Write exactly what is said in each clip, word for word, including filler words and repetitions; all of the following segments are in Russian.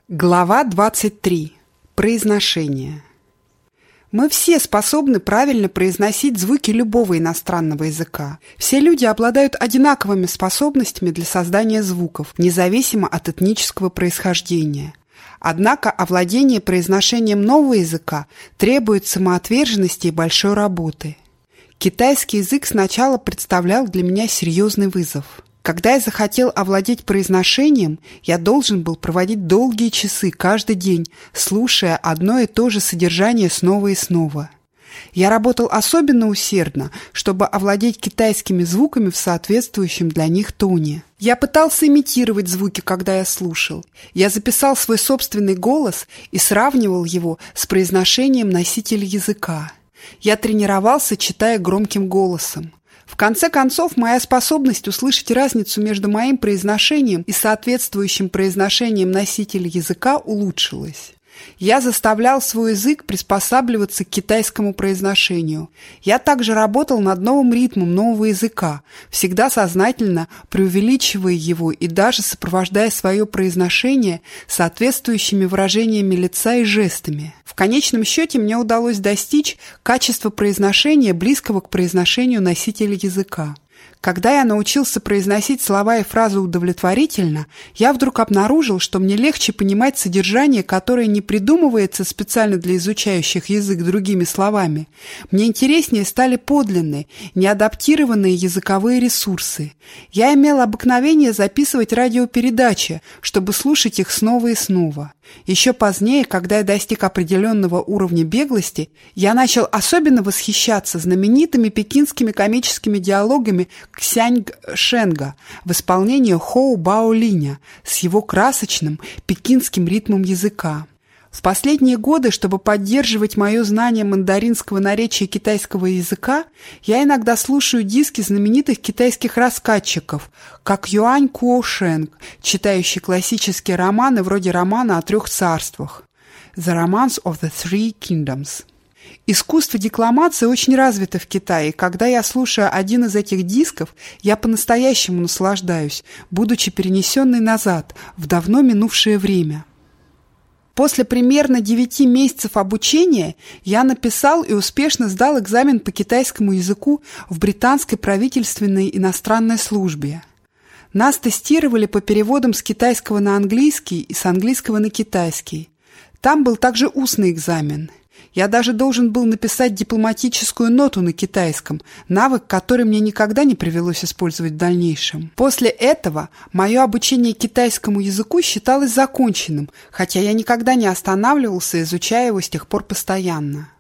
Глава двадцать три. Произношение. Мы все способны правильно произносить звуки любого иностранного языка. Все люди обладают одинаковыми способностями для создания звуков, независимо от этнического происхождения. Однако овладение произношением нового языка требует самоотверженности и большой работы. Китайский язык сначала представлял для меня серьезный вызов. Когда я захотел овладеть произношением, я должен был проводить долгие часы каждый день, слушая одно и то же содержание снова и снова. Я работал особенно усердно, чтобы овладеть китайскими звуками в соответствующем для них тоне. Я пытался имитировать звуки, когда я слушал. Я записал свой собственный голос и сравнивал его с произношением носителя языка. Я тренировался, читая громким голосом. В конце концов, моя способность услышать разницу между моим произношением и соответствующим произношением носителя языка улучшилась. Я заставлял свой язык приспосабливаться к китайскому произношению. Я также работал над новым ритмом нового языка, всегда сознательно преувеличивая его и даже сопровождая свое произношение соответствующими выражениями лица и жестами. В конечном счете мне удалось достичь качества произношения, близкого к произношению носителя языка. Когда я научился произносить слова и фразы удовлетворительно, я вдруг обнаружил, что мне легче понимать содержание, которое не придумывается специально для изучающих язык другими словами. Мне интереснее стали подлинные, неадаптированные языковые ресурсы. Я имел обыкновение записывать радиопередачи, чтобы слушать их снова и снова. Еще позднее, когда я достиг определенного уровня беглости, я начал особенно восхищаться знаменитыми пекинскими комическими диалогами Ксянь Шенга в исполнении Хоу Бао Линя с его красочным пекинским ритмом языка. В последние годы, чтобы поддерживать мое знание мандаринского наречия китайского языка, я иногда слушаю диски знаменитых китайских рассказчиков, как Юань Куо Шэнг, читающий классические романы вроде романа о трех царствах «The Romance of the Three Kingdoms». Искусство декламации очень развито в Китае, и когда я слушаю один из этих дисков, я по-настоящему наслаждаюсь, будучи перенесенной назад, в давно минувшее время. После примерно девяти месяцев обучения я написал и успешно сдал экзамен по китайскому языку в британской правительственной иностранной службе. Нас тестировали по переводам с китайского на английский и с английского на китайский. Там был также устный экзамен. Я даже должен был написать дипломатическую ноту на китайском, навык, который мне никогда не привелось использовать в дальнейшем. После этого мое обучение китайскому языку считалось законченным, хотя я никогда не останавливался, изучая его с тех пор постоянно.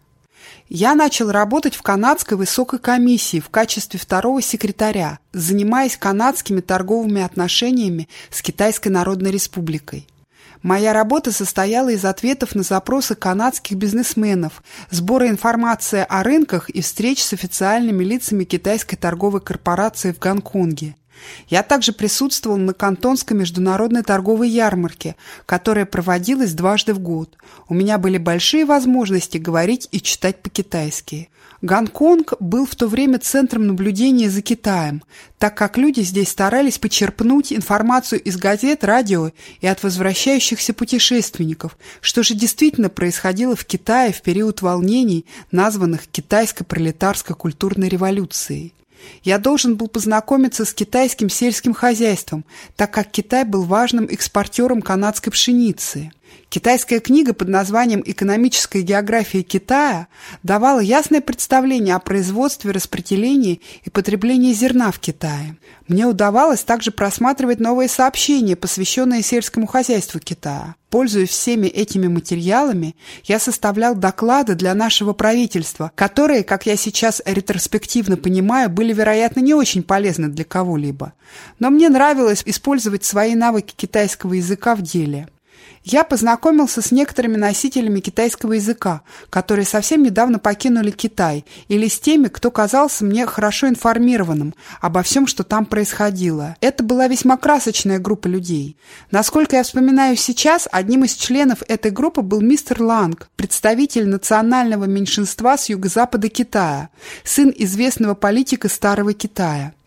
Я начал работать в канадской высокой комиссии в качестве второго секретаря, занимаясь канадскими торговыми отношениями с Китайской Народной Республикой. Моя работа состояла из ответов на запросы канадских бизнесменов, сбора информации о рынках и встреч с официальными лицами китайской торговой корпорации в Гонконге. Я также присутствовал на Кантонской международной торговой ярмарке, которая проводилась дважды в год. У меня были большие возможности говорить и читать по-китайски. Гонконг был в то время центром наблюдения за Китаем, так как люди здесь старались почерпнуть информацию из газет, радио и от возвращающихся путешественников, что же действительно происходило в Китае в период волнений, названных Китайской пролетарской культурной революцией. Я должен был познакомиться с китайским сельским хозяйством, так как Китай был важным экспортером канадской пшеницы. Китайская книга под названием «Экономическая география Китая» давала ясное представление о производстве, распределении и потреблении зерна в Китае. Мне удавалось также просматривать новые сообщения, посвященные сельскому хозяйству Китая. Пользуясь всеми этими материалами, я составлял доклады для нашего правительства, которые, как я сейчас ретроспективно понимаю, были, вероятно, не очень полезны для кого-либо. Но мне нравилось использовать свои навыки китайского языка в деле. Я познакомился с некоторыми носителями китайского языка, которые совсем недавно покинули Китай, или с теми, кто казался мне хорошо информированным обо всем, что там происходило. Это была весьма красочная группа людей. Насколько я вспоминаю сейчас, одним из членов этой группы был мистер Ланг, представитель национального меньшинства с юго-запада Китая, сын известного политика Старого Китая.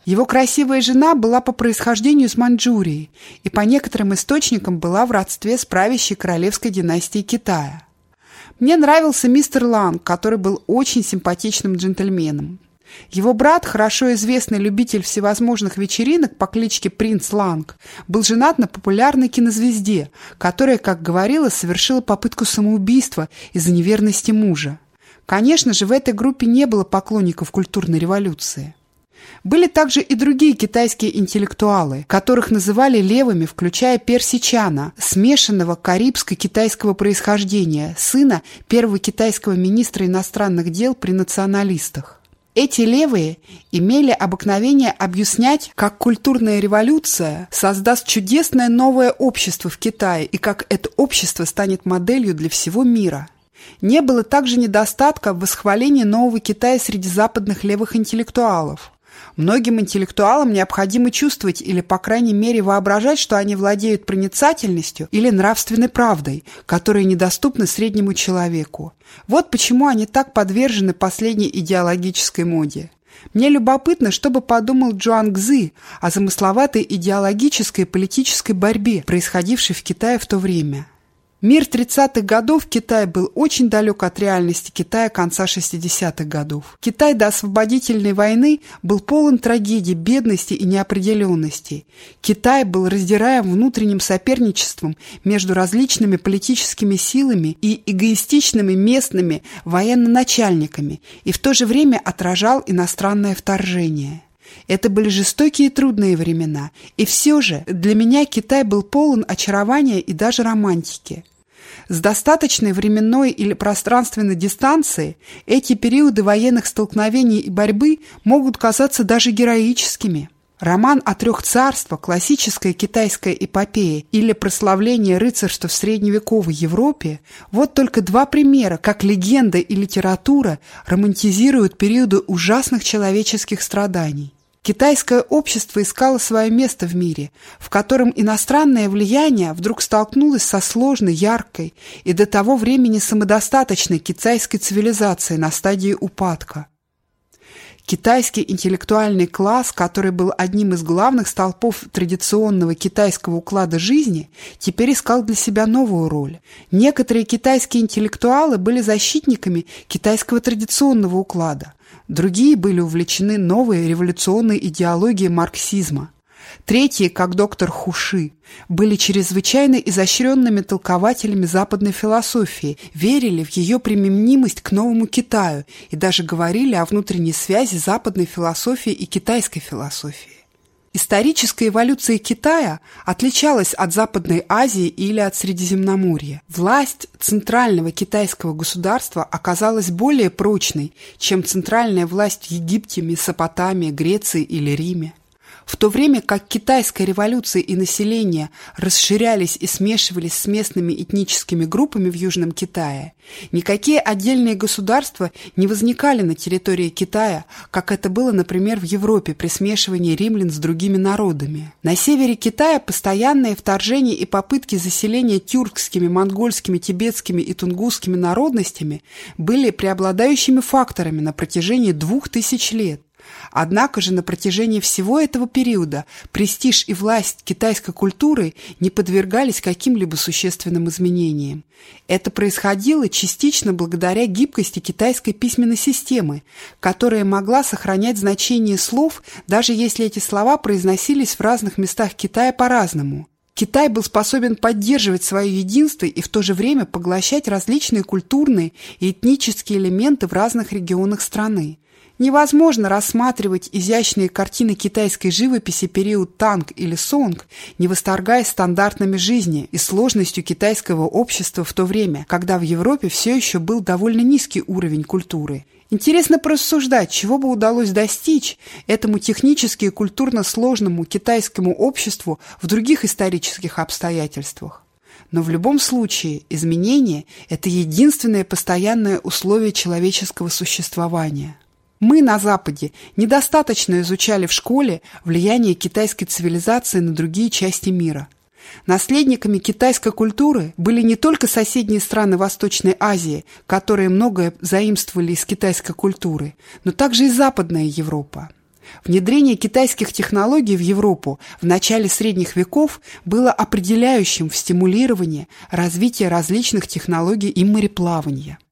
Его красивая жена была по происхождению из Маньчжурии и по некоторым источникам была в родстве с правящей королевской династией Китая. Мне нравился мистер Ланг, который был очень симпатичным джентльменом. Его брат, хорошо известный любитель всевозможных вечеринок по кличке Принц Ланг, был женат на популярной кинозвезде, которая, как говорила, совершила попытку самоубийства из-за неверности мужа. Конечно же, в этой группе не было поклонников культурной революции. Были также и другие китайские интеллектуалы, которых называли левыми, включая Перси Чана, смешанного карибско-китайского происхождения, сына первого китайского министра иностранных дел при националистах. Эти левые имели обыкновение объяснять, как культурная революция создаст чудесное новое общество в Китае и как это общество станет моделью для всего мира. Не было также недостатка в восхвалении нового Китая среди западных левых интеллектуалов. Многим интеллектуалам необходимо чувствовать или, по крайней мере, воображать, что они владеют проницательностью или нравственной правдой, которые недоступны среднему человеку. Вот почему они так подвержены последней идеологической моде. Мне любопытно, что бы подумал Джуан Цзы о замысловатой идеологической и политической борьбе, происходившей в Китае в то время. Мир тридцатых годов в Китае был очень далек от реальности Китая конца шестидесятых годов. Китай до освободительной войны был полон трагедий, бедности и неопределенности. Китай был раздираем внутренним соперничеством между различными политическими силами и эгоистичными местными военноначальниками и в то же время отражал иностранное вторжение. Это были жестокие и трудные времена, и все же для меня Китай был полон очарования и даже романтики. С достаточной временной или пространственной дистанции эти периоды военных столкновений и борьбы могут казаться даже героическими. Роман о трех царствах, классическая китайская эпопея или прославление рыцарства в средневековой Европе – вот только два примера, как легенда и литература романтизируют периоды ужасных человеческих страданий. Китайское общество искало свое место в мире, в котором иностранное влияние вдруг столкнулось со сложной, яркой и до того времени самодостаточной китайской цивилизацией на стадии упадка. Китайский интеллектуальный класс, который был одним из главных столпов традиционного китайского уклада жизни, теперь искал для себя новую роль. Некоторые китайские интеллектуалы были защитниками китайского традиционного уклада, другие были увлечены новой революционной идеологией марксизма. Третьи, как доктор Хуши, были чрезвычайно изощренными толкователями западной философии, верили в ее применимость к новому Китаю и даже говорили о внутренней связи западной философии и китайской философии. Историческая эволюция Китая отличалась от Западной Азии или от Средиземноморья. Власть центрального китайского государства оказалась более прочной, чем центральная власть в Египте, Месопотамии, Греции или Риме. В то время как китайская революция и население расширялись и смешивались с местными этническими группами в Южном Китае, никакие отдельные государства не возникали на территории Китая, как это было, например, в Европе при смешивании римлян с другими народами. На севере Китая постоянные вторжения и попытки заселения тюркскими, монгольскими, тибетскими и тунгусскими народностями были преобладающими факторами на протяжении двух тысяч лет. Однако же на протяжении всего этого периода престиж и власть китайской культуры не подвергались каким-либо существенным изменениям. Это происходило частично благодаря гибкости китайской письменной системы, которая могла сохранять значение слов, даже если эти слова произносились в разных местах Китая по-разному. Китай был способен поддерживать свое единство и в то же время поглощать различные культурные и этнические элементы в разных регионах страны. Невозможно рассматривать изящные картины китайской живописи период Танг или Сонг, не восторгаясь стандартами жизни и сложностью китайского общества в то время, когда в Европе все еще был довольно низкий уровень культуры. Интересно порассуждать, чего бы удалось достичь этому технически и культурно сложному китайскому обществу в других исторических обстоятельствах. Но в любом случае изменение – это единственное постоянное условие человеческого существования. Мы на Западе недостаточно изучали в школе влияние китайской цивилизации на другие части мира. Наследниками китайской культуры были не только соседние страны Восточной Азии, которые многое заимствовали из китайской культуры, но также и Западная Европа. Внедрение китайских технологий в Европу в начале средних веков было определяющим в стимулировании развития различных технологий и мореплавания.